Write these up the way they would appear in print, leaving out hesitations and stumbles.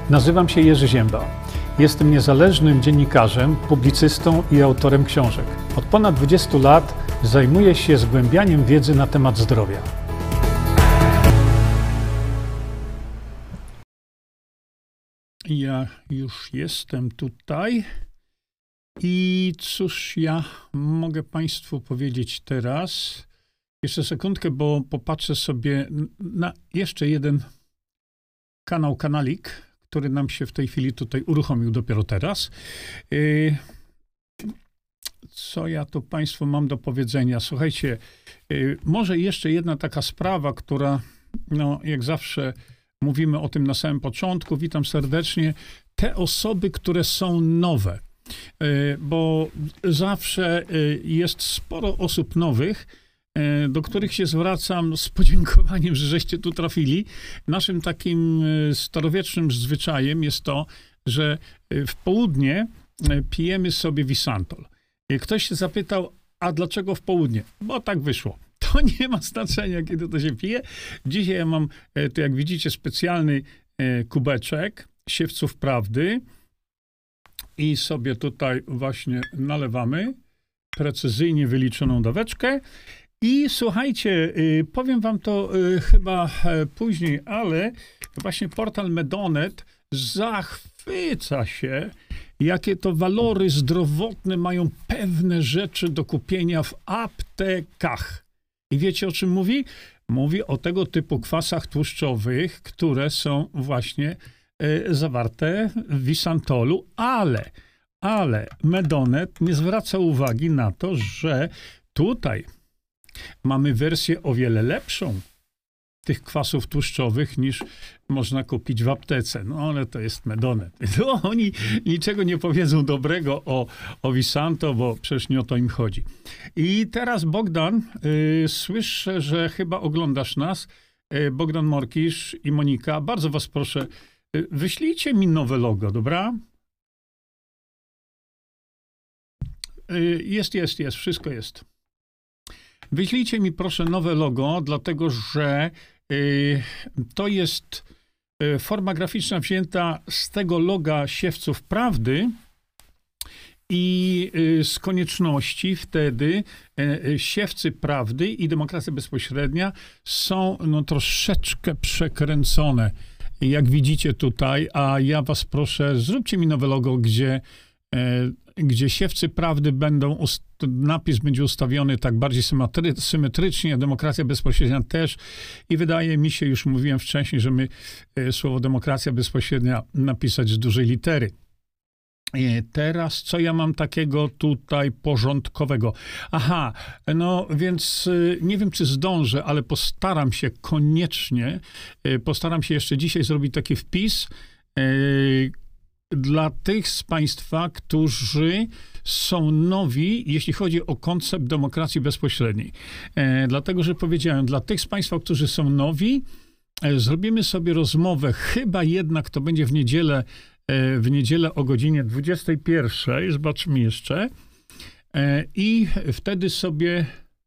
Nazywam się Jerzy Ziemba. Jestem niezależnym dziennikarzem, publicystą i autorem książek. Od ponad 20 lat zajmuję się zgłębianiem wiedzy na temat zdrowia. Ja już jestem tutaj i cóż ja mogę Państwu powiedzieć teraz? Jeszcze sekundkę, bo popatrzę sobie na jeszcze jeden kanalik, który nam się w tej chwili tutaj uruchomił dopiero teraz. Co ja tu Państwu mam do powiedzenia? Słuchajcie, może jeszcze jedna taka sprawa, która, no jak zawsze mówimy o tym na samym początku. Witam serdecznie. Te osoby, które są nowe, bo zawsze jest sporo osób nowych, do których się zwracam z podziękowaniem, że żeście tu trafili. Naszym takim starowiecznym zwyczajem jest to, że w południe pijemy sobie Wisantol. Ktoś się zapytał, a dlaczego w południe? Bo tak wyszło. To nie ma znaczenia, kiedy to się pije. Dzisiaj ja mam, tu jak widzicie, specjalny kubeczek siewców prawdy i sobie tutaj właśnie nalewamy precyzyjnie wyliczoną daweczkę. I słuchajcie, powiem wam to chyba później, ale właśnie portal Medonet zachwyca się, jakie to walory zdrowotne mają pewne rzeczy do kupienia w aptekach. I wiecie, o czym mówi? Mówi o tego typu kwasach tłuszczowych, które są właśnie zawarte w Wisantolu, ale Medonet nie zwraca uwagi na to, że tutaj mamy wersję o wiele lepszą tych kwasów tłuszczowych niż można kupić w aptece. No ale to jest Medonet. To oni niczego nie powiedzą dobrego o Visanto, bo przecież nie o to im chodzi. I teraz Bogdan, słyszę, że chyba oglądasz nas. Bogdan Morkisz i Monika, bardzo was proszę, wyślijcie mi nowe logo, dobra? Jest, wszystko jest. Wyślijcie mi proszę nowe logo, dlatego że to jest forma graficzna wzięta z tego loga Siewców Prawdy i z konieczności wtedy Siewcy Prawdy i Demokracja Bezpośrednia są no, troszeczkę przekręcone, jak widzicie tutaj, a ja was proszę, zróbcie mi nowe logo, gdzie Siewcy Prawdy będą, napis będzie ustawiony tak bardziej symetrycznie, Demokracja Bezpośrednia też. I wydaje mi się, już mówiłem wcześniej, że my słowo Demokracja Bezpośrednia napisać z dużej litery. Teraz, co ja mam takiego tutaj porządkowego? Aha, no więc nie wiem, czy zdążę, ale postaram się koniecznie, jeszcze dzisiaj zrobić taki wpis, dla tych z Państwa, którzy są nowi, jeśli chodzi o koncept demokracji bezpośredniej. Dlatego, że powiedziałem, dla tych z Państwa, którzy są nowi, zrobimy sobie rozmowę, chyba jednak to będzie w niedzielę o godzinie 21, zobaczmy jeszcze, i wtedy sobie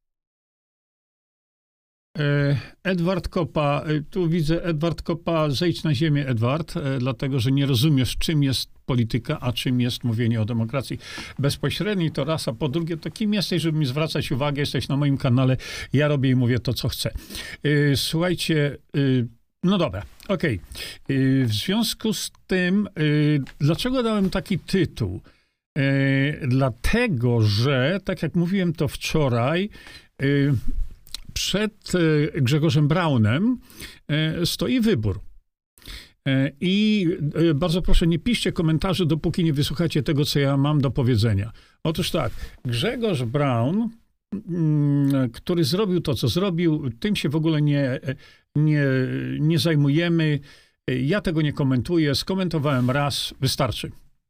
Edward Kopa, tu widzę Edward Kopa, zejdź na ziemię, Edward, dlatego, że nie rozumiesz, czym jest polityka, a czym jest mówienie o demokracji bezpośredniej, to raz, a po drugie, to kim jesteś, żeby mi zwracać uwagę, jesteś na moim kanale, ja robię i mówię to, co chcę. Słuchajcie, no dobra, okej. W związku z tym, dlaczego dałem taki tytuł? Dlatego, że, tak jak mówiłem to wczoraj, przed Grzegorzem Braunem stoi wybór. I bardzo proszę, nie piszcie komentarzy, dopóki nie wysłuchacie tego, co ja mam do powiedzenia. Otóż tak, Grzegorz Braun, który zrobił to, co zrobił, tym się w ogóle nie zajmujemy. Ja tego nie komentuję, skomentowałem raz, wystarczy.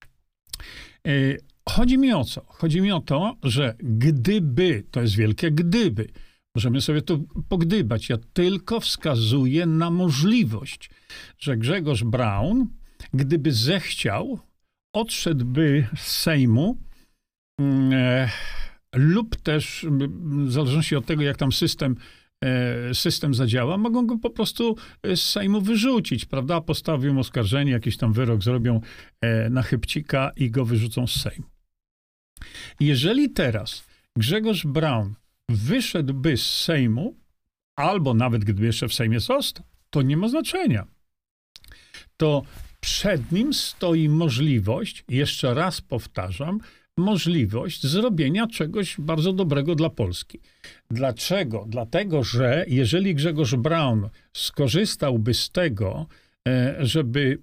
Chodzi mi o co? Chodzi mi o to, że gdyby, to jest wielkie gdyby, możemy sobie tu pogdybać. Ja tylko wskazuję na możliwość, że Grzegorz Braun, gdyby zechciał, odszedłby z Sejmu lub też, w zależności od tego, jak tam system system zadziała, mogą go po prostu z Sejmu wyrzucić, prawda? Postawią oskarżenie, jakiś tam wyrok zrobią na chybcika i go wyrzucą z Sejmu. Jeżeli teraz Grzegorz Braun wyszedłby z Sejmu, albo nawet gdyby jeszcze w Sejmie został, to nie ma znaczenia. To przed nim stoi możliwość, jeszcze raz powtarzam, możliwość zrobienia czegoś bardzo dobrego dla Polski. Dlaczego? Dlatego, że jeżeli Grzegorz Braun skorzystałby z tego, żeby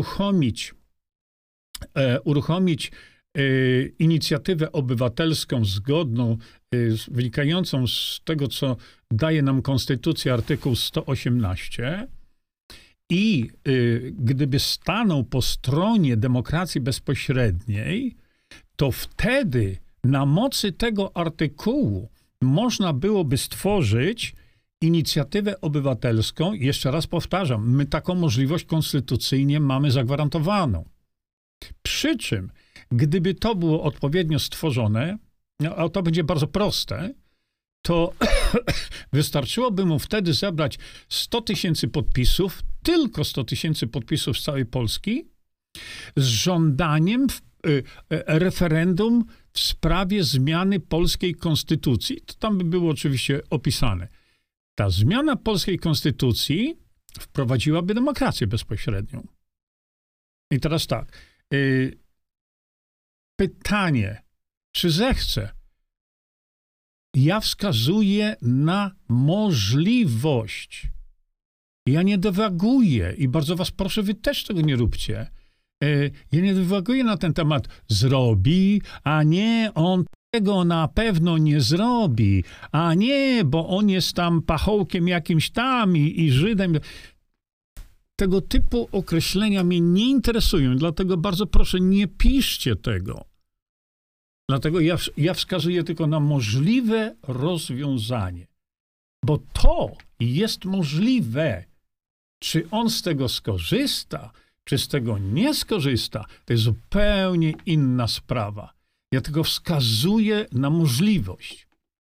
uruchomić inicjatywę obywatelską zgodną, wynikającą z tego, co daje nam Konstytucja, artykuł 118, i gdyby stanął po stronie demokracji bezpośredniej, to wtedy na mocy tego artykułu można byłoby stworzyć inicjatywę obywatelską. Jeszcze raz powtarzam, my taką możliwość konstytucyjnie mamy zagwarantowaną. Przy czym, gdyby to było odpowiednio stworzone, a to będzie bardzo proste, to wystarczyłoby mu wtedy zebrać 100 000 podpisów, tylko 100 000 podpisów z całej Polski, z żądaniem referendum w sprawie zmiany polskiej konstytucji. To tam by było oczywiście opisane. Ta zmiana polskiej konstytucji wprowadziłaby demokrację bezpośrednią. I teraz tak. Pytanie, czy zechce? Ja wskazuję na możliwość. Ja nie dywaguję i bardzo was proszę, wy też tego nie róbcie. Ja nie dywaguję na ten temat. Zrobi, a nie, on tego na pewno nie zrobi, a nie, bo on jest tam pachołkiem jakimś tam i Żydem. Tego typu określenia mnie nie interesują, dlatego bardzo proszę, nie piszcie tego. Dlatego ja wskazuję tylko na możliwe rozwiązanie. Bo to jest możliwe. Czy on z tego skorzysta, czy z tego nie skorzysta, to jest zupełnie inna sprawa. Ja tylko wskazuję na możliwość.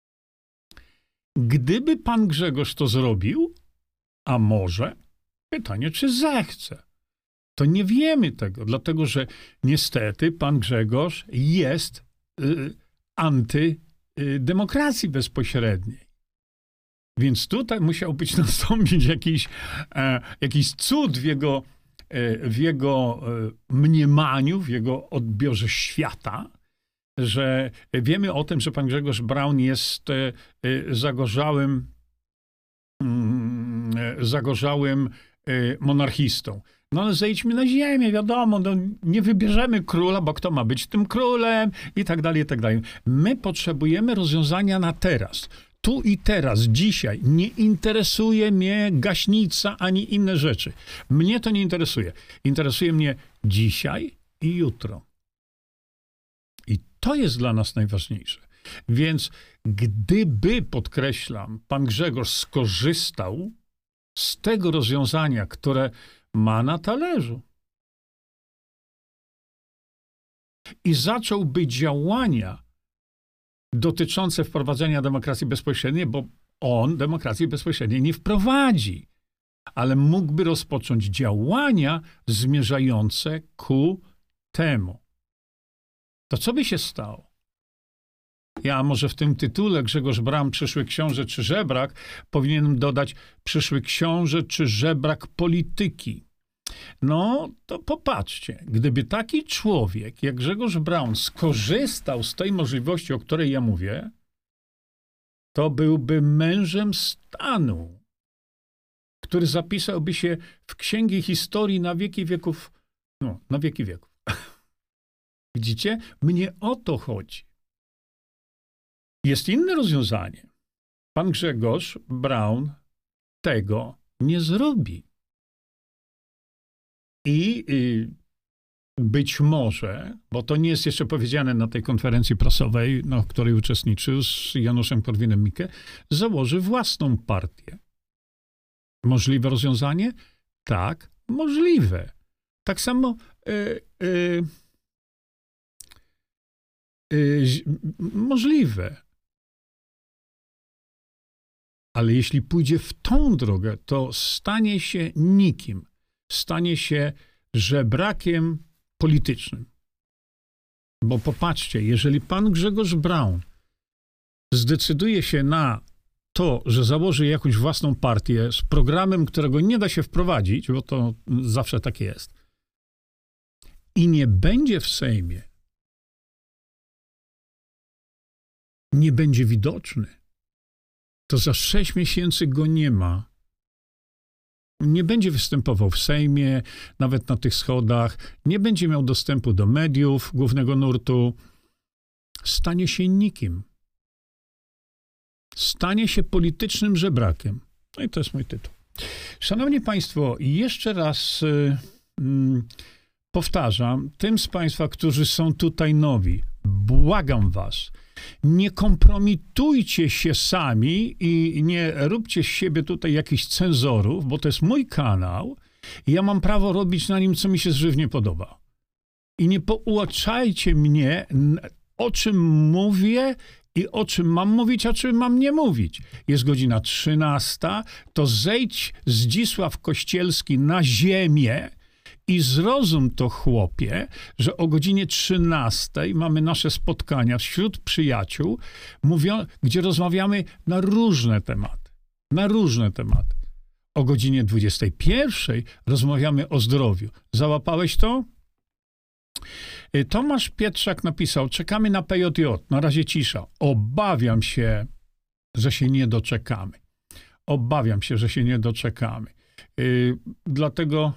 Gdyby pan Grzegorz to zrobił, a może, pytanie, czy zechce. To nie wiemy tego, dlatego że niestety pan Grzegorz jest antydemokracji bezpośredniej. Więc tutaj musiał nastąpić jakiś cud w jego mniemaniu, w jego odbiorze świata, że wiemy o tym, że pan Grzegorz Braun jest zagorzałym monarchistą. No ale zejdźmy na ziemię, wiadomo, no, nie wybierzemy króla, bo kto ma być tym królem i tak dalej, i tak dalej. My potrzebujemy rozwiązania na teraz. Tu i teraz, dzisiaj. Nie interesuje mnie gaśnica ani inne rzeczy. Mnie to nie interesuje. Interesuje mnie dzisiaj i jutro. I to jest dla nas najważniejsze. Więc gdyby, podkreślam, pan Grzegorz skorzystał z tego rozwiązania, które ma na talerzu i zacząłby działania dotyczące wprowadzenia demokracji bezpośredniej, bo on demokracji bezpośredniej nie wprowadzi, ale mógłby rozpocząć działania zmierzające ku temu. To co by się stało? Ja może w tym tytule Grzegorz Braun, przyszły książę czy żebrak, powinienem dodać przyszły książę czy żebrak polityki. No, to popatrzcie, gdyby taki człowiek jak Grzegorz Braun skorzystał z tej możliwości, o której ja mówię, to byłby mężem stanu, który zapisałby się w księgi historii na wieki wieków, no, na wieki wieków. Widzicie? Mnie o to chodzi. Jest inne rozwiązanie. Pan Grzegorz Braun tego nie zrobi. I być może, bo to nie jest jeszcze powiedziane na tej konferencji prasowej, w której uczestniczył z Januszem Korwinem-Mikke, założy własną partię. Możliwe rozwiązanie? Tak, możliwe. Tak samo możliwe. Ale jeśli pójdzie w tą drogę, to stanie się nikim. Stanie się żebrakiem politycznym. Bo popatrzcie, jeżeli pan Grzegorz Braun zdecyduje się na to, że założy jakąś własną partię z programem, którego nie da się wprowadzić, bo to zawsze tak jest, i nie będzie w Sejmie, nie będzie widoczny, to za 6 miesięcy go nie ma. Nie będzie występował w Sejmie, nawet na tych schodach, nie będzie miał dostępu do mediów głównego nurtu. Stanie się nikim. Stanie się politycznym żebrakiem. No i to jest mój tytuł. Szanowni Państwo, jeszcze raz powtarzam, tym z Państwa, którzy są tutaj nowi, błagam Was, nie kompromitujcie się sami i nie róbcie z siebie tutaj jakichś cenzorów, bo to jest mój kanał i ja mam prawo robić na nim, co mi się żywnie podoba. I nie pouczajcie mnie, o czym mówię i o czym mam mówić, a czym mam nie mówić. Jest godzina 13, to zejdź Zdzisław Kościelski na ziemię i zrozum to, chłopie, że o godzinie 13 mamy nasze spotkania wśród przyjaciół, gdzie rozmawiamy na różne tematy. Na różne tematy. O godzinie 21 rozmawiamy o zdrowiu. Załapałeś to? Tomasz Pietrzak napisał, czekamy na PJJ, na razie cisza. Obawiam się, że się nie doczekamy. Obawiam się, że się nie doczekamy. Dlatego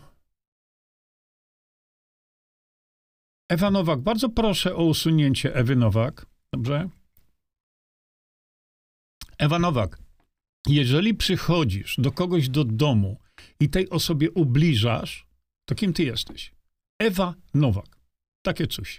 Ewa Nowak, bardzo proszę o usunięcie Ewy Nowak. Dobrze? Ewa Nowak, jeżeli przychodzisz do kogoś do domu i tej osobie ubliżasz, to kim ty jesteś? Ewa Nowak. Takie coś.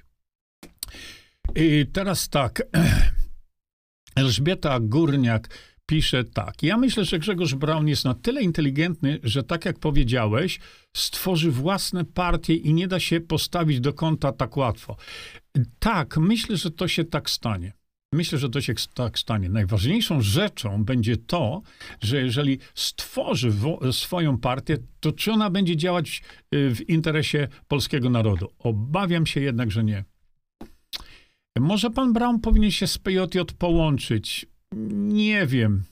I teraz tak. Elżbieta Górniak pisze tak. Ja myślę, że Grzegorz Braun jest na tyle inteligentny, że tak jak powiedziałeś, stworzy własne partie i nie da się postawić do kąta tak łatwo. Tak, myślę, że to się tak stanie. Myślę, że to się tak stanie. Najważniejszą rzeczą będzie to, że jeżeli stworzy swoją partię, to czy ona będzie działać w interesie polskiego narodu? Obawiam się jednak, że nie. Może pan Braun powinien się z PJJ połączyć. Nie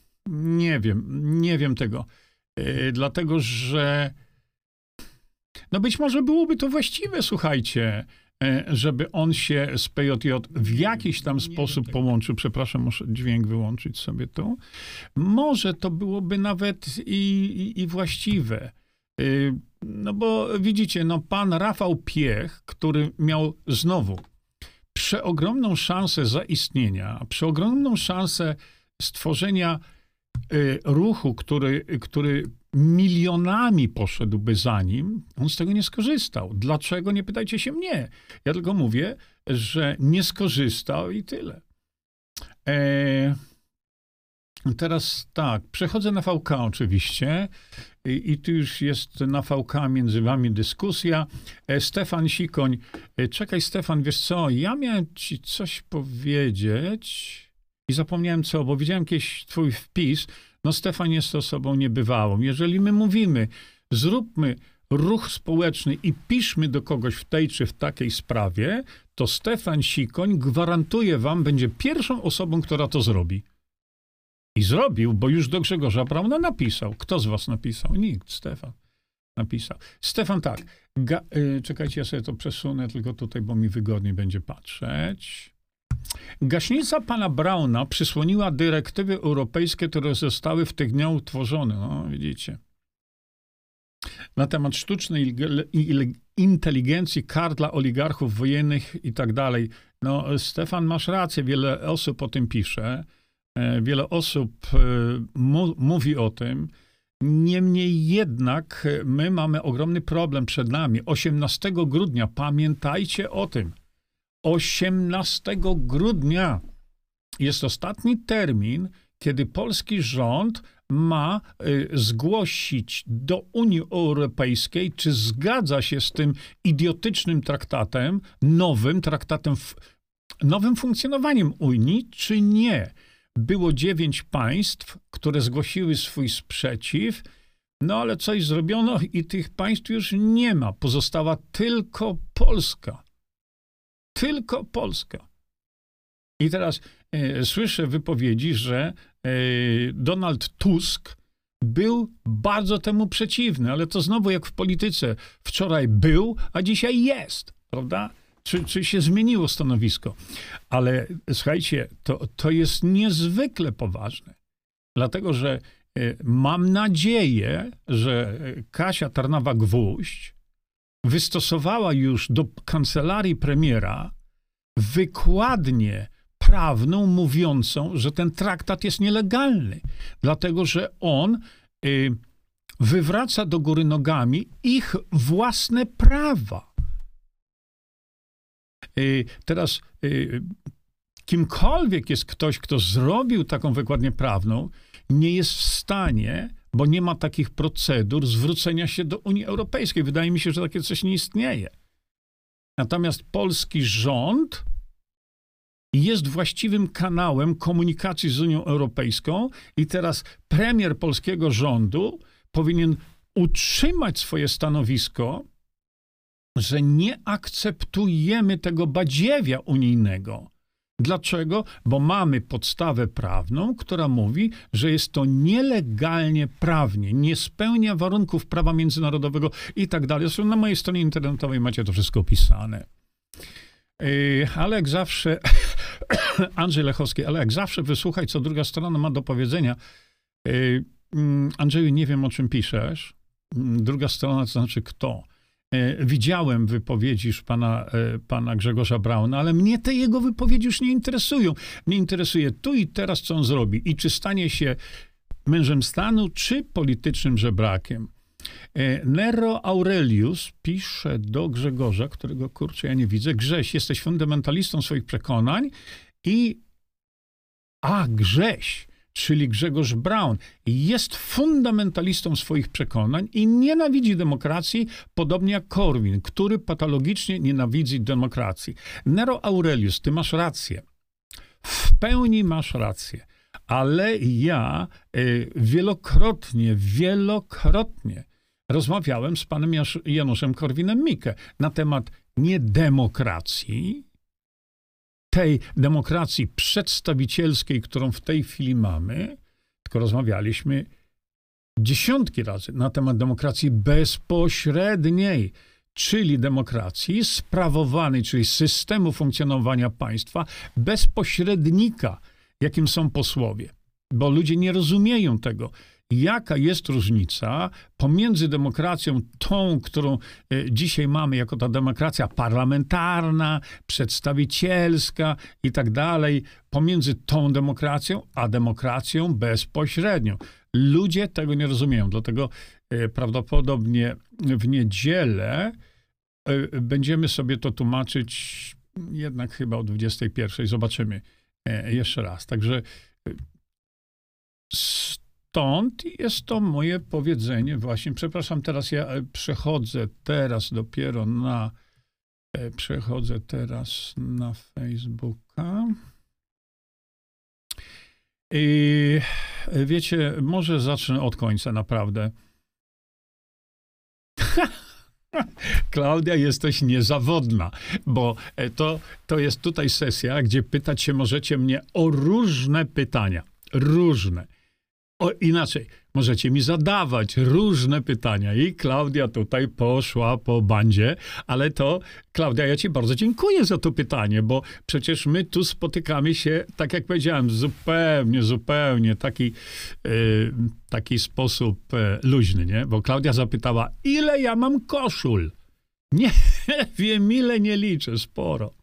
wiem tego. Dlatego, że no być może byłoby to właściwe, słuchajcie, żeby on się z PJJ w jakiś tam sposób połączył. Przepraszam, muszę dźwięk wyłączyć sobie tu. Może to byłoby nawet i właściwe. No bo widzicie, no pan Rafał Piech, który miał znowu przeogromną szansę zaistnienia, przeogromną szansę stworzenia ruchu, który milionami poszedłby za nim, on z tego nie skorzystał. Dlaczego? Nie pytajcie się mnie. Ja tylko mówię, że nie skorzystał i tyle. Teraz tak, przechodzę na VK oczywiście i tu już jest na VK między wami dyskusja. Stefan Sikoń. Czekaj Stefan, wiesz co, ja miałem ci coś powiedzieć i zapomniałem co, bo widziałem kiedyś twój wpis. No Stefan jest osobą niebywałą. Jeżeli my mówimy, zróbmy ruch społeczny i piszmy do kogoś w tej czy w takiej sprawie, to Stefan Sikoń, gwarantuję wam, będzie pierwszą osobą, która to zrobi. I zrobił, bo już do Grzegorza Brauna napisał. Kto z was napisał? Nikt. Stefan napisał. Stefan tak. Czekajcie, ja sobie to przesunę tylko tutaj, bo mi wygodniej będzie patrzeć. Gaśnica pana Brauna przysłoniła dyrektywy europejskie, które zostały w tych dniach utworzone. No, widzicie. Na temat sztucznej inteligencji, kar dla oligarchów wojennych i tak dalej. No, Stefan, masz rację, wiele osób o tym pisze. Wiele osób mówi o tym. Niemniej jednak my mamy ogromny problem przed nami. 18 grudnia, pamiętajcie o tym. 18 grudnia jest ostatni termin, kiedy polski rząd ma zgłosić do Unii Europejskiej, czy zgadza się z tym idiotycznym traktatem, nowym funkcjonowaniem Unii, czy nie. było 9 państw, które zgłosiły swój sprzeciw, no ale coś zrobiono i tych państw już nie ma. Pozostała tylko Polska. Tylko Polska. I teraz słyszę wypowiedzi, że Donald Tusk był bardzo temu przeciwny, ale to znowu jak w polityce. Wczoraj był, a dzisiaj jest, prawda? Czy się zmieniło stanowisko? Ale słuchajcie, to jest niezwykle poważne. Dlatego, że mam nadzieję, że Kasia Tarnawa-Gwóźdź wystosowała już do kancelarii premiera wykładnię prawną mówiącą, że ten traktat jest nielegalny. Dlatego, że on wywraca do góry nogami ich własne prawa. Teraz kimkolwiek jest ktoś, kto zrobił taką wykładnię prawną, nie jest w stanie, bo nie ma takich procedur, zwrócenia się do Unii Europejskiej. Wydaje mi się, że takie coś nie istnieje. Natomiast polski rząd jest właściwym kanałem komunikacji z Unią Europejską i teraz premier polskiego rządu powinien utrzymać swoje stanowisko, że nie akceptujemy tego badziewia unijnego. Dlaczego? Bo mamy podstawę prawną, która mówi, że jest to nielegalnie prawnie, nie spełnia warunków prawa międzynarodowego i tak dalej. Zresztą na mojej stronie internetowej macie to wszystko opisane. Ale jak zawsze, Andrzej Lechowski, ale jak zawsze wysłuchaj, co druga strona ma do powiedzenia. Andrzeju, nie wiem, o czym piszesz. Druga strona, to znaczy kto? Widziałem wypowiedzi już pana Grzegorza Brauna, ale mnie te jego wypowiedzi już nie interesują. Mnie interesuje tu i teraz, co on zrobi. I czy stanie się mężem stanu, czy politycznym żebrakiem. Nero Aurelius pisze do Grzegorza, którego, kurczę, ja nie widzę. Grześ, jesteś fundamentalistą swoich przekonań Grześ, czyli Grzegorz Braun, jest fundamentalistą swoich przekonań i nienawidzi demokracji, podobnie jak Korwin, który patologicznie nienawidzi demokracji. Nero Aurelius, ty masz rację. W pełni masz rację. Ale ja wielokrotnie rozmawiałem z panem Januszem Korwinem-Mikke na temat nie demokracji, tej demokracji przedstawicielskiej, którą w tej chwili mamy, tylko rozmawialiśmy dziesiątki razy na temat demokracji bezpośredniej, czyli demokracji sprawowanej, czyli systemu funkcjonowania państwa bez pośrednika, jakim są posłowie. Bo ludzie nie rozumieją tego. Jaka jest różnica pomiędzy demokracją tą, którą dzisiaj mamy jako ta demokracja parlamentarna, przedstawicielska i tak dalej, pomiędzy tą demokracją, a demokracją bezpośrednią. Ludzie tego nie rozumieją, dlatego prawdopodobnie w niedzielę będziemy sobie to tłumaczyć jednak chyba o 21:00. Zobaczymy jeszcze raz. Także stąd jest to moje powiedzenie właśnie. Przepraszam, teraz ja przechodzę teraz na Facebooka. I wiecie, może zacznę od końca, naprawdę. Klaudia, jesteś niezawodna, bo to jest tutaj sesja, gdzie pytać się możecie mnie o różne pytania. Różne. Inaczej, możecie mi zadawać różne pytania i Klaudia tutaj poszła po bandzie, ale to, Klaudia, ja ci bardzo dziękuję za to pytanie, bo przecież my tu spotykamy się, tak jak powiedziałem, zupełnie taki sposób luźny, nie? Bo Klaudia zapytała, ile ja mam koszul? Nie wiem, ile nie liczę, sporo.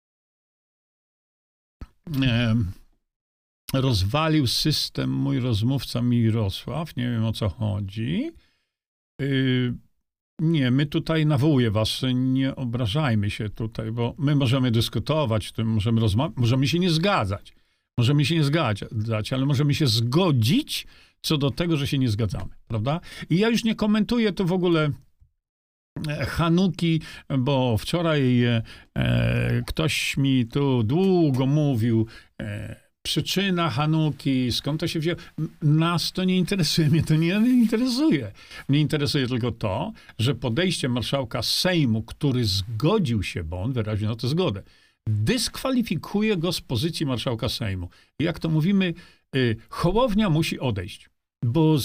Rozwalił system mój rozmówca Mirosław. Nie wiem, o co chodzi. Nie, my tutaj, nawołuję was, nie obrażajmy się tutaj, bo my możemy dyskutować, możemy rozmawiać, możemy się nie zgadzać. Możemy się nie zgadzać, ale możemy się zgodzić co do tego, że się nie zgadzamy, prawda? I ja już nie komentuję tu w ogóle Hanuki, bo wczoraj ktoś mi tu długo mówił, przyczyna Hanuki, skąd to się wzięło. Nas to nie interesuje, mnie to nie interesuje. Mnie interesuje tylko to, że podejście marszałka Sejmu, który zgodził się, bo on wyraził na to zgodę, dyskwalifikuje go z pozycji marszałka Sejmu. I jak to mówimy, Hołownia musi odejść, bo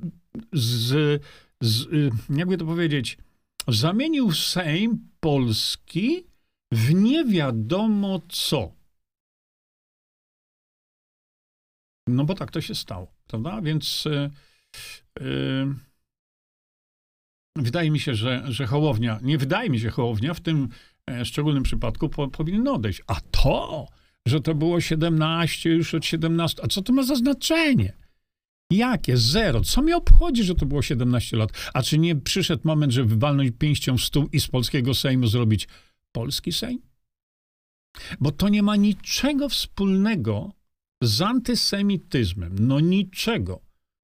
jakby to powiedzieć, zamienił Sejm polski w nie wiadomo co. No bo tak to się stało, prawda? Więc wydaje mi się, że Hołownia, nie wydaje mi się, Hołownia w tym szczególnym przypadku powinien odejść. A to, że to było 17, już od 17, a co to ma za znaczenie? Jakie? Zero. Co mnie obchodzi, że to było 17 lat? A czy nie przyszedł moment, żeby walnąć pięścią w stół i z polskiego Sejmu zrobić polski Sejm? Bo to nie ma niczego wspólnego z antysemityzmem. No niczego.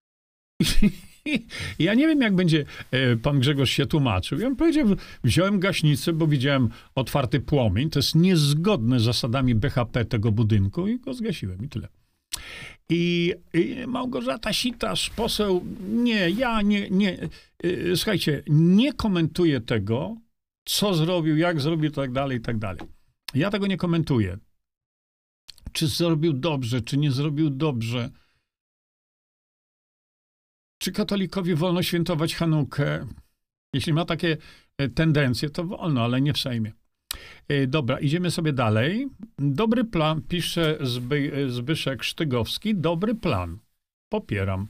Ja nie wiem, jak będzie pan Grzegorz się tłumaczył. Ja bym powiedział, wziąłem gaśnicę, bo widziałem otwarty płomień. To jest niezgodne z zasadami BHP tego budynku i go zgasiłem i tyle. I Małgorzata Sitasz, poseł, nie. Słuchajcie, nie komentuję tego, co zrobił, jak zrobił, tak dalej, i tak dalej. Ja tego nie komentuję. Czy zrobił dobrze, czy nie zrobił dobrze. Czy katolikowi wolno świętować Hanukę? Jeśli ma takie tendencje, to wolno, ale nie w Sejmie. Dobra, idziemy sobie dalej. Dobry plan, pisze Zbyszek Sztygowski. Dobry plan. Popieram.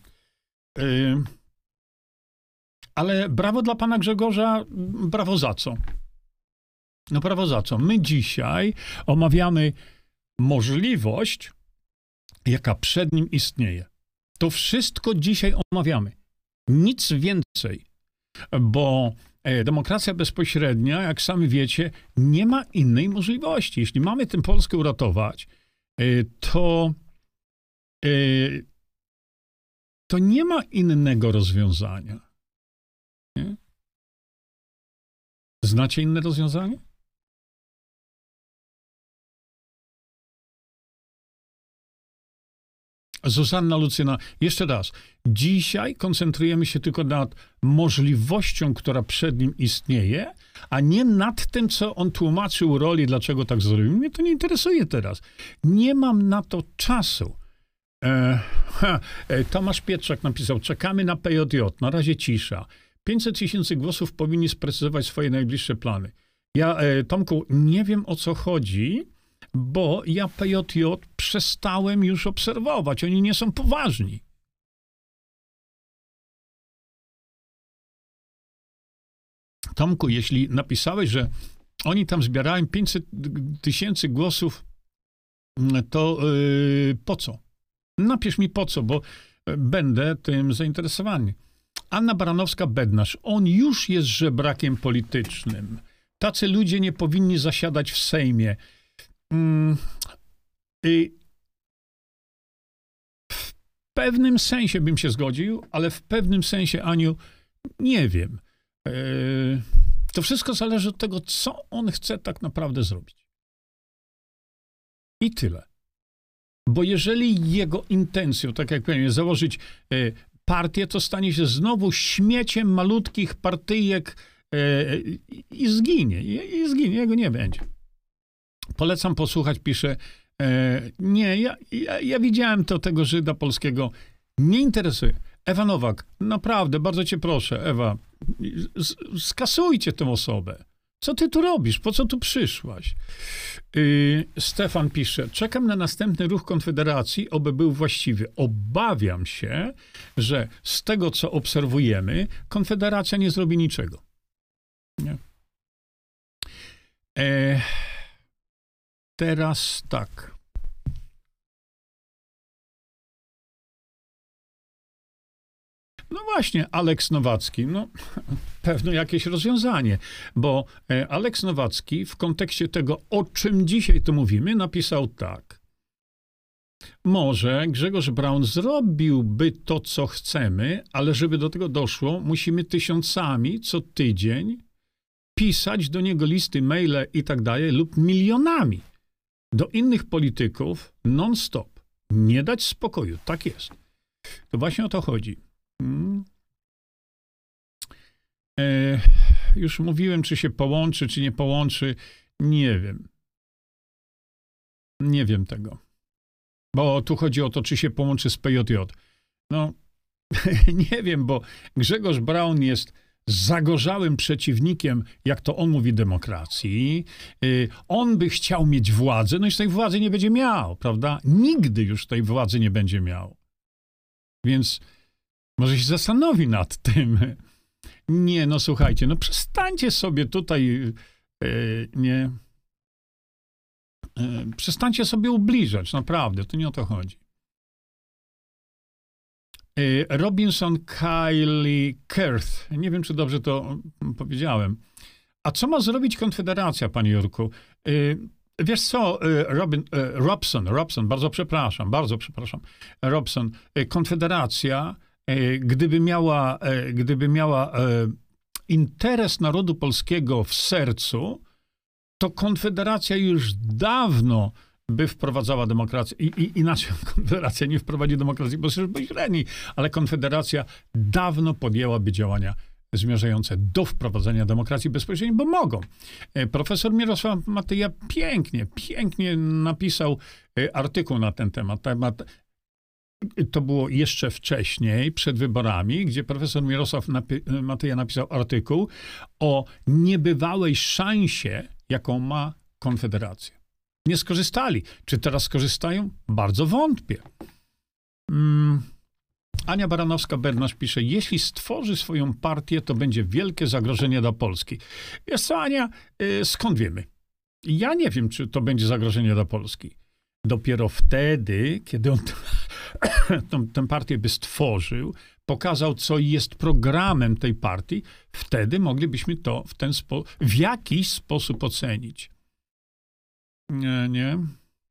Ale brawo dla pana Grzegorza. Brawo za co? No brawo za co? My dzisiaj omawiamy możliwość, jaka przed nim istnieje. To wszystko dzisiaj omawiamy. Nic więcej. Bo demokracja bezpośrednia, jak sami wiecie, nie ma innej możliwości. Jeśli mamy tę Polskę uratować, to nie ma innego rozwiązania. Nie? Znacie inne rozwiązanie? Zuzanna Lucyna, jeszcze raz. Dzisiaj koncentrujemy się tylko nad możliwością, która przed nim istnieje, a nie nad tym, co on tłumaczył roli, dlaczego tak zrobił. Mnie to nie interesuje teraz. Nie mam na to czasu. Tomasz Pietrzak napisał, czekamy na PJJ, na razie cisza. 500 000 głosów powinni sprecyzować swoje najbliższe plany. Ja, Tomku, nie wiem, o co chodzi, bo ja PJJ przestałem już obserwować. Oni nie są poważni. Tomku, jeśli napisałeś, że oni tam zbierają 500 000 głosów, to po co? Napisz mi po co, bo będę tym zainteresowany. Anna Baranowska-Bednarz. On już jest żebrakiem politycznym. Tacy ludzie nie powinni zasiadać w Sejmie. W pewnym sensie bym się zgodził, ale w pewnym sensie, Aniu, nie wiem. To wszystko zależy od tego, co on chce tak naprawdę zrobić. I tyle. Bo jeżeli jego intencją, tak jak powiem, jest założyć partię, to stanie się znowu śmieciem malutkich partyjek i zginie. I zginie, jego nie będzie. Polecam posłuchać, pisze, nie, ja widziałem tego Żyda polskiego, nie interesuje. Ewa Nowak, naprawdę, bardzo cię proszę, Ewa, skasujcie tę osobę. Co ty tu robisz? Po co tu przyszłaś? Stefan pisze, czekam na następny ruch Konfederacji, oby był właściwy. Obawiam się, że z tego, co obserwujemy, Konfederacja nie zrobi niczego. Nie? Teraz tak. No właśnie, Aleks Nowacki, no pewno jakieś rozwiązanie, bo Aleks Nowacki w kontekście tego, o czym dzisiaj tu mówimy, napisał tak. Może Grzegorz Braun zrobiłby to, co chcemy, ale żeby do tego doszło, musimy tysiącami co tydzień pisać do niego listy, maile i tak dalej, lub milionami do innych polityków non-stop. Nie dać spokoju. Tak jest. To właśnie o to chodzi. Już mówiłem, czy się połączy, czy nie połączy. Nie wiem. Nie wiem tego. Bo tu chodzi o to, czy się połączy z PJJ. No, nie wiem, bo Grzegorz Braun jest zagorzałym przeciwnikiem, jak to on mówi, demokracji. On by chciał mieć władzę, no i z tej władzy nie będzie miał, prawda? Nigdy już tej władzy nie będzie miał. Więc może się zastanowi nad tym. Nie, no słuchajcie, no przestańcie sobie tutaj, przestańcie sobie ubliżać, naprawdę, to nie o to chodzi. Robinson Kylie Kerth. Nie wiem, czy dobrze to powiedziałem. A co ma zrobić Konfederacja, panie Jurku? Wiesz co, Robson, bardzo przepraszam. Robson, Konfederacja, gdyby miała interes narodu polskiego w sercu, to Konfederacja już dawno by wprowadzała demokrację. I inaczej Konfederacja nie wprowadzi demokracji, bo jest bezpośredni, ale Konfederacja dawno podjęłaby działania zmierzające do wprowadzenia demokracji bezpośredniej, bo mogą. Profesor Mirosław Matyja pięknie napisał artykuł na ten temat. To było jeszcze wcześniej, przed wyborami, gdzie profesor Mirosław Matyja napisał artykuł o niebywałej szansie, jaką ma Konfederacja. Nie skorzystali. Czy teraz skorzystają? Bardzo wątpię. Ania Baranowska-Bernasz pisze, jeśli stworzy swoją partię, to będzie wielkie zagrożenie dla Polski. Wiesz co, Ania, skąd wiemy? Ja nie wiem, czy to będzie zagrożenie dla Polski. Dopiero wtedy, kiedy on tę partię by stworzył, pokazał, co jest programem tej partii, wtedy moglibyśmy to w jakiś sposób ocenić. Nie.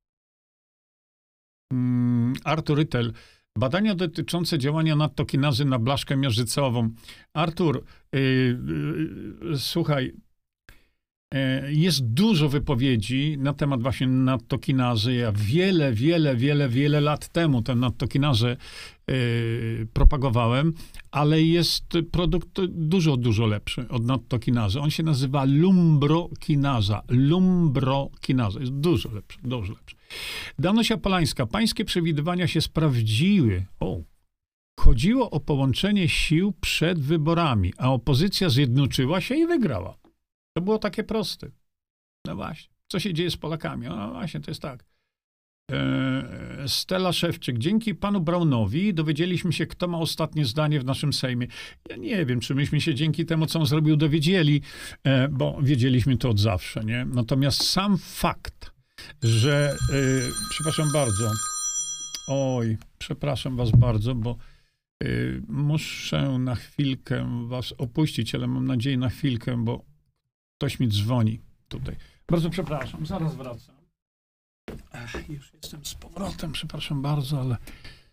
Artur Rytel. Badania dotyczące działania nadtokinazy na blaszkę miażdżycową. Artur, słuchaj, jest dużo wypowiedzi na temat właśnie nadtokinazy. Ja wiele lat temu tę nadtokinazę propagowałem, ale jest produkt dużo lepszy od nadtokinazy. On się nazywa lumbrokinaza. Jest dużo lepszy. Danusia Polańska. Pańskie przewidywania się sprawdziły. Chodziło o połączenie sił przed wyborami, a opozycja zjednoczyła się i wygrała. To było takie proste. No właśnie. Co się dzieje z Polakami? No właśnie, to jest tak. Stella Szewczyk. Dzięki panu Braunowi dowiedzieliśmy się, kto ma ostatnie zdanie w naszym Sejmie. Ja nie wiem, czy myśmy się dzięki temu, co on zrobił, dowiedzieli, bo wiedzieliśmy to od zawsze, nie? Natomiast sam fakt, że... przepraszam bardzo. Przepraszam was bardzo, bo muszę na chwilkę was opuścić, ale mam nadzieję na chwilkę, bo ktoś mi dzwoni tutaj. Bardzo przepraszam, zaraz wracam. Już jestem z powrotem, przepraszam bardzo, ale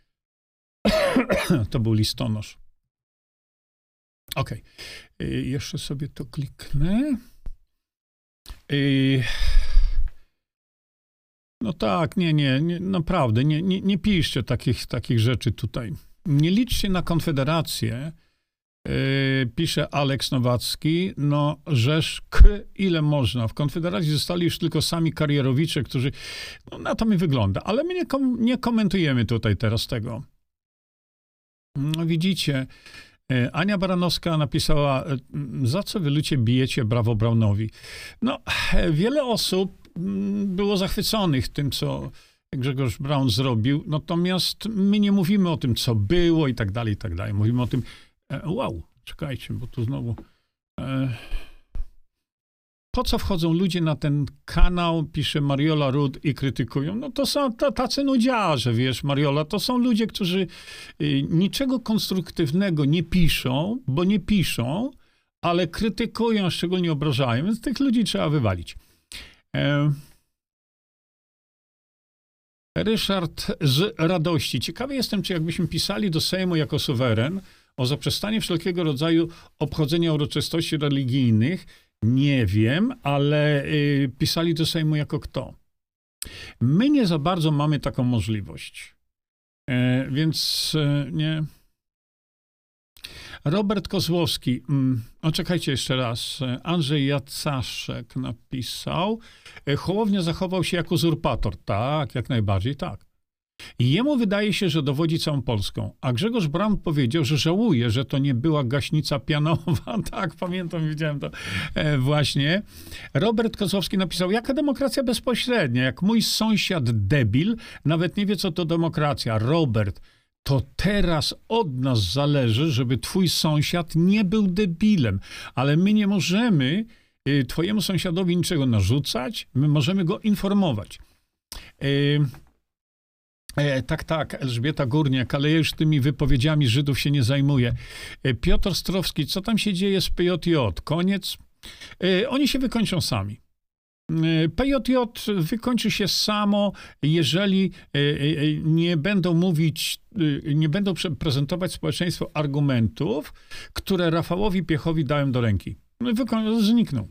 to był listonosz. Okej. Jeszcze sobie to kliknę. No tak, nie, naprawdę, nie piszcie takich rzeczy tutaj. Nie liczcie na Konfederację, pisze Aleks Nowacki, no żeż ile można. W Konfederacji zostali już tylko sami karierowicze, którzy, no na to mi wygląda, ale my nie komentujemy tutaj teraz tego. No widzicie, Ania Baranowska napisała, za co wy ludzie bijecie brawo Braunowi. No, wiele osób było zachwyconych tym, co Grzegorz Braun zrobił, natomiast my nie mówimy o tym, co było i tak dalej, i tak dalej. Mówimy o tym, czekajcie, bo tu znowu... Po co wchodzą ludzie na ten kanał, pisze Mariola Rud, i krytykują? No to są tacy nudziarze, wiesz, Mariola, to są ludzie, którzy niczego konstruktywnego nie piszą, bo nie piszą, ale krytykują, szczególnie obrażają, więc tych ludzi trzeba wywalić. Ryszard z Radości. Ciekawy jestem, czy jakbyśmy pisali do Sejmu jako suweren o zaprzestanie wszelkiego rodzaju obchodzenia uroczystości religijnych, nie wiem, ale pisali do Sejmu jako kto? My nie za bardzo mamy taką możliwość. Więc nie. Robert Kozłowski, czekajcie jeszcze raz. Andrzej Jacaszek napisał, Hołownia zachował się jak uzurpator. Tak, jak najbardziej tak. I jemu wydaje się, że dowodzi całą Polską. A Grzegorz Braun powiedział, że żałuje, że to nie była gaśnica pianowa. Tak, pamiętam, widziałem to właśnie. Robert Kozłowski napisał, jaka demokracja bezpośrednia? Jak mój sąsiad debil nawet nie wie, co to demokracja. Robert, to teraz od nas zależy, żeby twój sąsiad nie był debilem. Ale my nie możemy twojemu sąsiadowi niczego narzucać, my możemy go informować. Tak, Elżbieta Górniak, ale ja już tymi wypowiedziami Żydów się nie zajmuję. Piotr Strowski, co tam się dzieje z PJJ? Koniec? Oni się wykończą sami. PJJ wykończy się samo, jeżeli nie będą mówić, nie będą prezentować społeczeństwu argumentów, które Rafałowi Piechowi dałem do ręki. Znikną.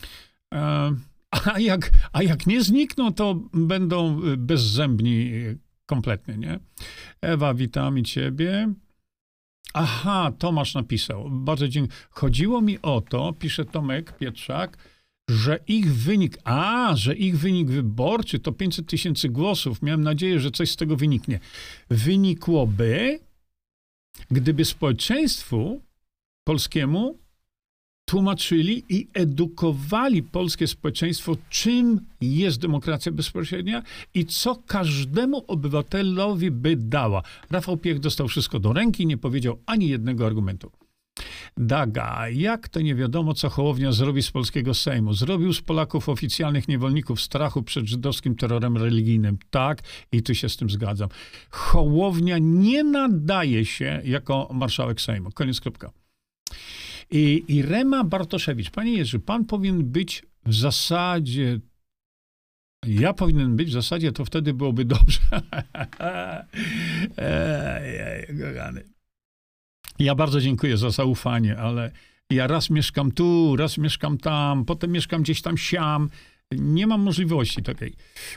A jak nie znikną, to będą bezzębni kompletnie, nie? Ewa, witamy ciebie. Aha, Tomasz napisał. Bardzo dziękuję. Chodziło mi o to, pisze Tomek Pietrzak, że ich wynik wyborczy to 500 000 głosów. Miałem nadzieję, że coś z tego wyniknie. Wynikłoby, gdyby społeczeństwu polskiemu tłumaczyli i edukowali polskie społeczeństwo, czym jest demokracja bezpośrednia i co każdemu obywatelowi by dała. Rafał Piech dostał wszystko do ręki, nie powiedział ani jednego argumentu. Daga, jak to nie wiadomo, co Hołownia zrobi z polskiego Sejmu? Zrobił z Polaków oficjalnych niewolników strachu przed żydowskim terrorem religijnym. Tak, i tu się z tym zgadzam. Hołownia nie nadaje się jako marszałek Sejmu. Koniec, kropka. I Rema Bartoszewicz. Panie Jerzy, pan powinien być w zasadzie, ja powinien być w zasadzie, to wtedy byłoby dobrze. Ja bardzo dziękuję za zaufanie, ale ja raz mieszkam tu, raz mieszkam tam, potem mieszkam gdzieś tam siam. Nie mam możliwości takiej.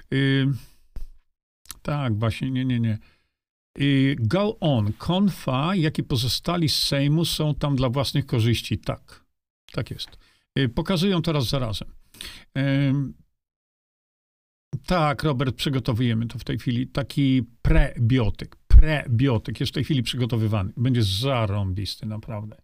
Tak, właśnie, nie. Go on. Konfa, jak i pozostali z Sejmu są tam dla własnych korzyści. Tak jest. Pokazują to raz za razem. Tak, Robert, przygotowujemy to w tej chwili. Taki prebiotyk jest w tej chwili przygotowywany. Będzie zarąbisty, naprawdę.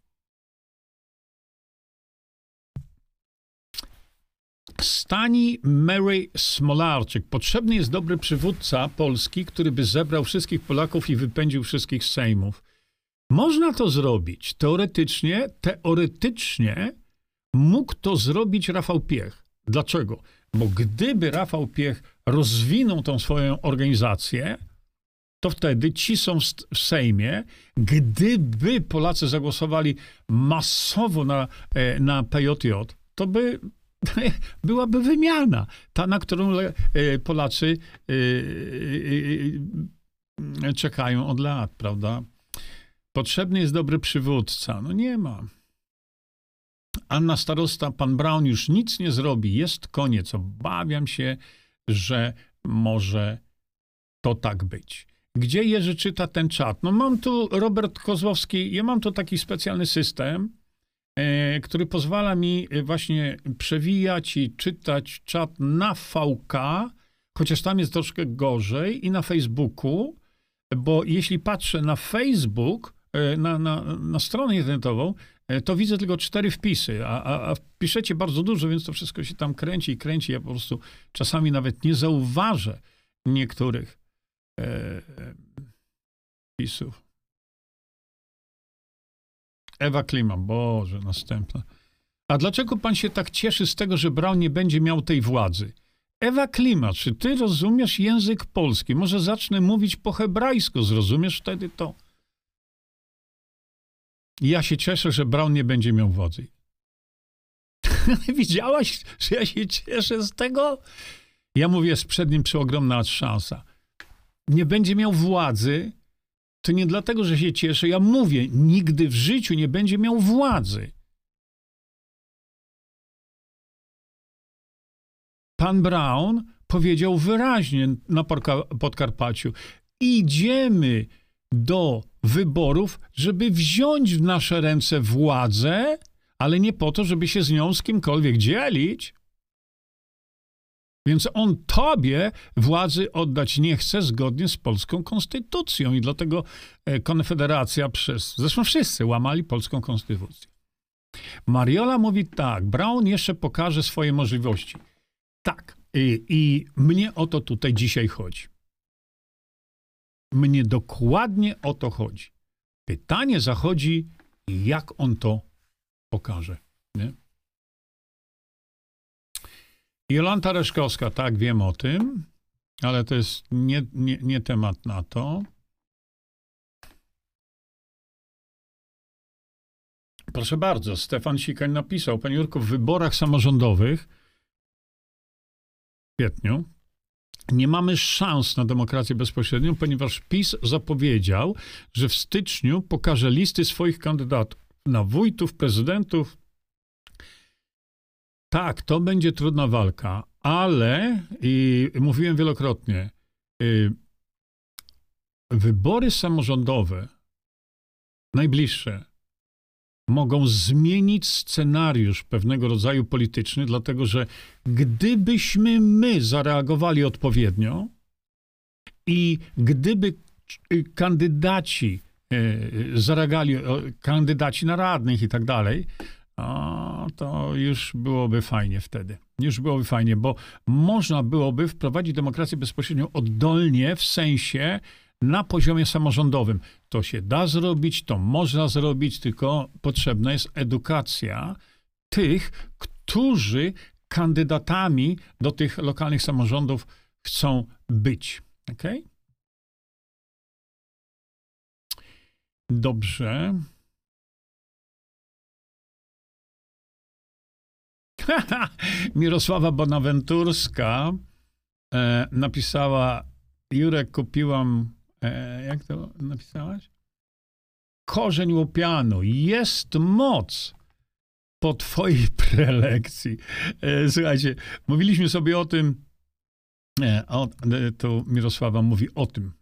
Stani Mary Smolarczyk. Potrzebny jest dobry przywódca Polski, który by zebrał wszystkich Polaków i wypędził wszystkich z Sejmów. Można to zrobić. Teoretycznie mógł to zrobić Rafał Piech. Dlaczego? Bo gdyby Rafał Piech rozwinął tą swoją organizację, to wtedy ci są w Sejmie. Gdyby Polacy zagłosowali masowo na PJJ, to byłaby wymiana. Ta, na którą Polacy czekają od lat, prawda? Potrzebny jest dobry przywódca. No nie ma. Anna Starosta, pan Braun już nic nie zrobi. Jest koniec. Obawiam się, że może to tak być. Gdzie Jerzy czyta ten czat? No mam tu, Robert Kozłowski, ja mam tu taki specjalny system, który pozwala mi właśnie przewijać i czytać czat na VK, chociaż tam jest troszkę gorzej, i na Facebooku, bo jeśli patrzę na Facebook, na stronę internetową, to widzę tylko 4 wpisy, a piszecie bardzo dużo, więc to wszystko się tam kręci. Ja po prostu czasami nawet nie zauważę niektórych wpisów. Ewa Klima, Boże, następna. A dlaczego pan się tak cieszy z tego, że Braun nie będzie miał tej władzy? Ewa Klima, czy ty rozumiesz język polski? Może zacznę mówić po hebrajsku, zrozumiesz wtedy to? Ja się cieszę, że Braun nie będzie miał władzy. Widziałaś, że ja się cieszę z tego? Ja mówię, przed nim przeogromna szansa. Nie będzie miał władzy, to nie dlatego, że się cieszę. Ja mówię, nigdy w życiu nie będzie miał władzy. Pan Braun powiedział wyraźnie na Podkarpaciu, idziemy do wyborów, żeby wziąć w nasze ręce władzę, ale nie po to, żeby się z nią z kimkolwiek dzielić. Więc on tobie władzy oddać nie chce zgodnie z polską konstytucją i dlatego Konfederacja zresztą wszyscy łamali polską konstytucję. Mariola mówi tak, Braun jeszcze pokaże swoje możliwości. Tak, i mnie o to tutaj dzisiaj chodzi. Mnie dokładnie o to chodzi. Pytanie zachodzi, jak on to pokaże. Nie? Jolanta Reszkowska, tak, wiem o tym, ale to jest nie temat na to. Proszę bardzo, Stefan Sikań napisał, panie Jurku, w wyborach samorządowych w kwietniu nie mamy szans na demokrację bezpośrednią, ponieważ PiS zapowiedział, że w styczniu pokaże listy swoich kandydatów na wójtów, prezydentów. Tak, to będzie trudna walka, ale, i mówiłem wielokrotnie, wybory samorządowe, najbliższe, mogą zmienić scenariusz pewnego rodzaju polityczny, dlatego że gdybyśmy my zareagowali odpowiednio i gdyby kandydaci zareagali, kandydaci na radnych i tak dalej, to już byłoby fajnie wtedy. Już byłoby fajnie, bo można byłoby wprowadzić demokrację bezpośrednią oddolnie, w sensie na poziomie samorządowym. To się da zrobić, to można zrobić, tylko potrzebna jest edukacja tych, którzy kandydatami do tych lokalnych samorządów chcą być. Okej? Dobrze. Mirosława Bonaventurska napisała, Jurek, kupiłam, jak to napisałaś? Korzeń łopianu. Jest moc po twojej prelekcji. Słuchajcie, mówiliśmy sobie o tym, to Mirosława mówi o tym.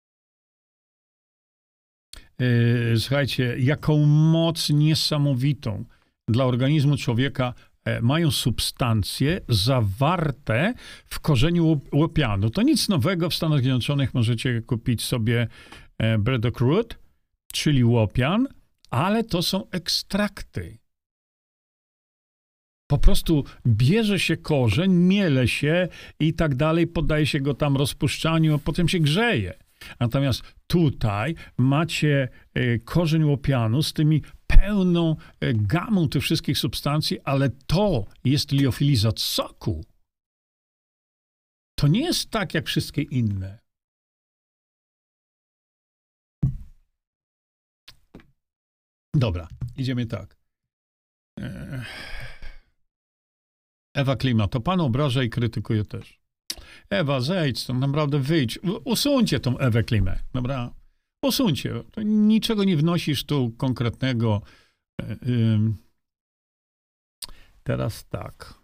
Słuchajcie, jaką moc niesamowitą dla organizmu człowieka mają substancje zawarte w korzeniu łopianu. To nic nowego. W Stanach Zjednoczonych możecie kupić sobie braddock root, czyli łopian, ale to są ekstrakty. Po prostu bierze się korzeń, miele się i tak dalej, poddaje się go tam rozpuszczaniu, a potem się grzeje. Natomiast tutaj macie korzeń łopianu z tymi pełną gamą tych wszystkich substancji, ale to jest liofilizat soku. To nie jest tak jak wszystkie inne. Dobra, idziemy tak. Ewa Klima, to pan obraża i krytykuje też. Ewa, zejdź, to naprawdę wyjdź. Usuńcie tą Ewę Klimę, dobra? Usuńcie. To niczego nie wnosisz tu konkretnego. Teraz tak.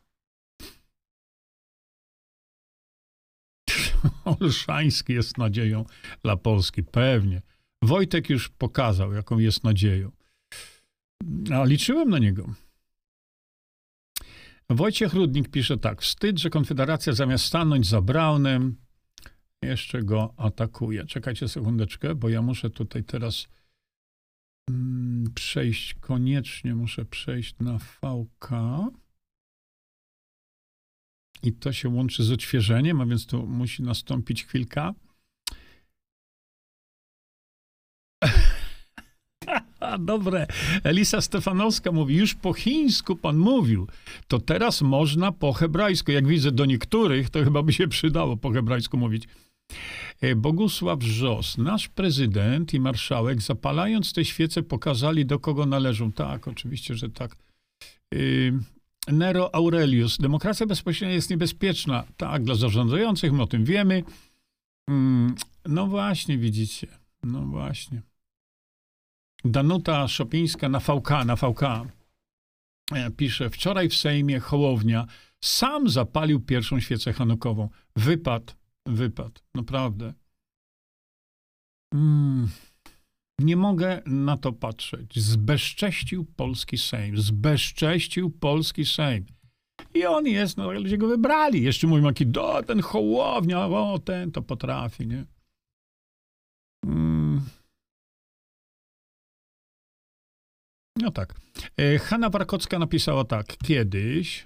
Olszański jest nadzieją dla Polski. Pewnie. Wojtek już pokazał, jaką jest nadzieją. A liczyłem na niego. Wojciech Rudnik pisze tak. Wstyd, że Konfederacja zamiast stanąć za Braunem, jeszcze go atakuje. Czekajcie sekundeczkę, bo ja muszę tutaj teraz przejść, koniecznie muszę przejść na VK. I to się łączy z odświeżeniem, a więc tu musi nastąpić chwilka. Dobre. Elisa Stefanowska mówi, już po chińsku pan mówił, to teraz można po hebrajsku. Jak widzę do niektórych, to chyba by się przydało po hebrajsku mówić. Bogusław Żos, nasz prezydent i marszałek, zapalając te świece, pokazali, do kogo należą. Tak, oczywiście, że tak. Nero Aurelius, demokracja bezpośrednia jest niebezpieczna. Tak, dla zarządzających, my o tym wiemy. No właśnie, widzicie. No właśnie. Danuta Szopińska na VK pisze, wczoraj w Sejmie Hołownia sam zapalił pierwszą świecę chanukową. Wypad, naprawdę. Nie mogę na to patrzeć. Zbezcześcił polski Sejm. Zbezcześcił polski Sejm. I on jest, no ludzie go wybrali. Jeszcze mówią, jaki ten Hołownia, ten to potrafi, nie? No tak. Hanna Warkocka napisała tak. Kiedyś...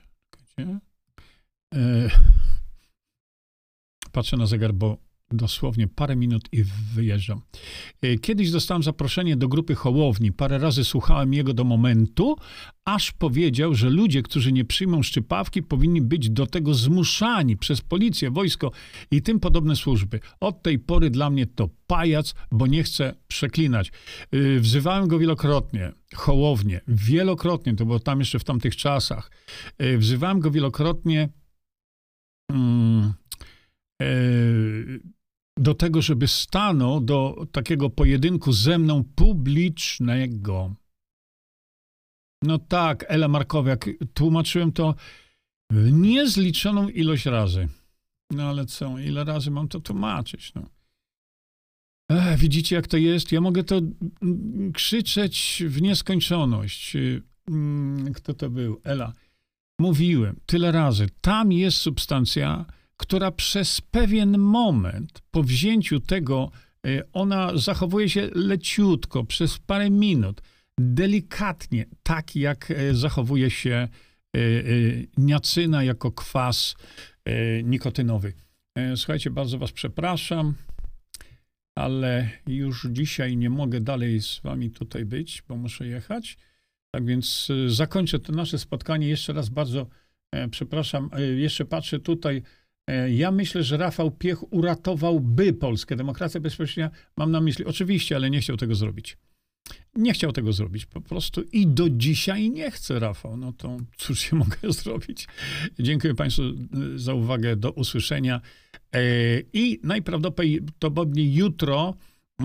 Patrzę na zegar, bo dosłownie parę minut i wyjeżdżam. Kiedyś dostałem zaproszenie do grupy Hołowni. Parę razy słuchałem jego do momentu, aż powiedział, że ludzie, którzy nie przyjmą szczypawki, powinni być do tego zmuszani przez policję, wojsko i tym podobne służby. Od tej pory dla mnie to pajac, bo nie chcę przeklinać. Wzywałem go wielokrotnie, Hołownię, wielokrotnie, to było tam jeszcze w tamtych czasach. Wzywałem go wielokrotnie do tego, żeby stanął do takiego pojedynku ze mną publicznego. No tak, Ela Markowiak, tłumaczyłem to niezliczoną ilość razy. No ale co, ile razy mam to tłumaczyć? No. Widzicie, jak to jest? Ja mogę to krzyczeć w nieskończoność. Kto to był? Ela. Mówiłem tyle razy. Tam jest substancja, która przez pewien moment, po wzięciu tego, ona zachowuje się leciutko, przez parę minut, delikatnie, tak jak zachowuje się niacyna jako kwas nikotynowy. Słuchajcie, bardzo was przepraszam, ale już dzisiaj nie mogę dalej z wami tutaj być, bo muszę jechać. Tak więc zakończę to nasze spotkanie. Jeszcze raz bardzo przepraszam. Jeszcze patrzę tutaj. Ja myślę, że Rafał Piech uratowałby Polskę. Demokracja bezpośrednia mam na myśli. Oczywiście, ale nie chciał tego zrobić. Nie chciał tego zrobić po prostu i do dzisiaj nie chce, Rafał. No to cóż się mogę zrobić. Dziękuję Państwu za uwagę. Do usłyszenia. I najprawdopodobniej jutro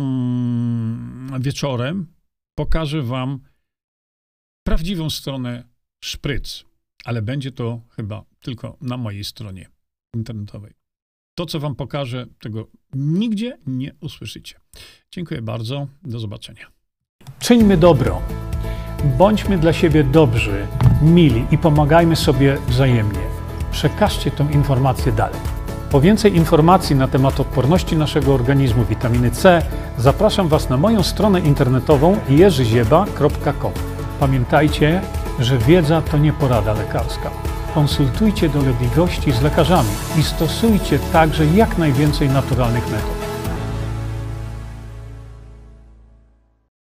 wieczorem pokażę Wam prawdziwą stronę szpryc. Ale będzie to chyba tylko na mojej stronie internetowej. To, co wam pokażę, tego nigdzie nie usłyszycie. Dziękuję bardzo. Do zobaczenia. Czyńmy dobro. Bądźmy dla siebie dobrzy, mili i pomagajmy sobie wzajemnie. Przekażcie tę informację dalej. Po więcej informacji na temat odporności naszego organizmu witaminy C zapraszam was na moją stronę internetową jerzyzieba.com. Pamiętajcie, że wiedza to nie porada lekarska. Konsultujcie dolegliwości z lekarzami i stosujcie także jak najwięcej naturalnych metod.